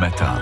matin.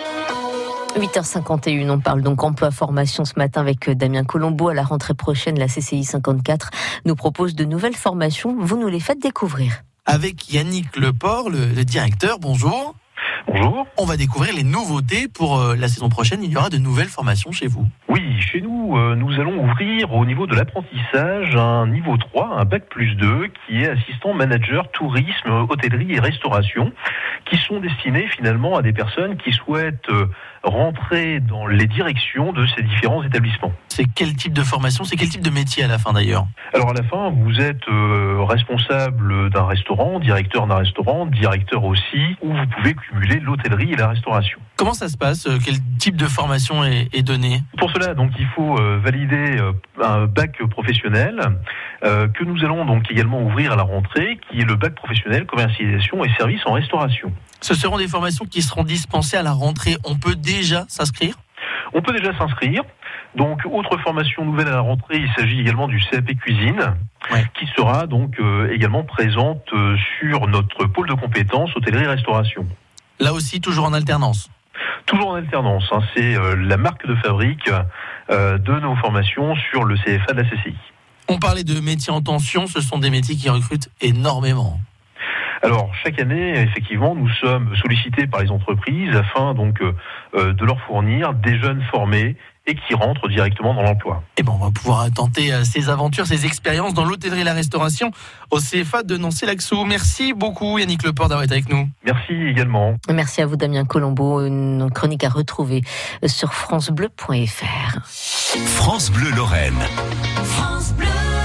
8h51, on parle donc emploi-formation ce matin avec Damien Colombo. À la rentrée prochaine, la CCI 54 nous propose de nouvelles formations. Vous nous les faites découvrir. Avec Yannick Leport, le directeur, bonjour. Bonjour. On va découvrir les nouveautés pour la saison prochaine. Il y aura de nouvelles formations chez vous. Oui, chez nous, nous allons ouvrir au niveau de l'apprentissage un niveau 3, un bac+2, qui est assistant manager tourisme, hôtellerie et restauration, qui sont destinés finalement à des personnes qui souhaitent rentrer dans les directions de ces différents établissements. C'est quel type de formation, c'est quel type de métier à la fin d'ailleurs ? Alors à la fin, vous êtes responsable d'un restaurant, directeur aussi, où vous pouvez cumuler l'hôtellerie et la restauration. Comment ça se passe ? Quel type de formation est donné ? Pour cela, donc, il faut valider un bac professionnel que nous allons donc également ouvrir à la rentrée, qui est le bac professionnel commercialisation et services en restauration. Ce seront des formations qui seront dispensées à la rentrée. On peut déjà s'inscrire ? On peut déjà s'inscrire. Donc, autre formation nouvelle à la rentrée, il s'agit également du CAP cuisine, qui sera donc également présente sur notre pôle de compétences hôtellerie-restauration. Là aussi, toujours en alternance ? Toujours en alternance. C'est la marque de fabrique de nos formations sur le CFA de la CCI. On parlait de métiers en tension, ce sont des métiers qui recrutent énormément. Alors, chaque année, effectivement, nous sommes sollicités par les entreprises afin donc de leur fournir des jeunes formés et qui rentrent directement dans l'emploi. Et on va pouvoir tenter ces aventures, ces expériences dans l'hôtellerie et la restauration au CFA de Nancy-Laxou. Merci beaucoup Yannick Leport d'avoir été avec nous. Merci également. Merci à vous Damien Colombo, une chronique à retrouver sur francebleu.fr. France Bleu Lorraine. France Bleu.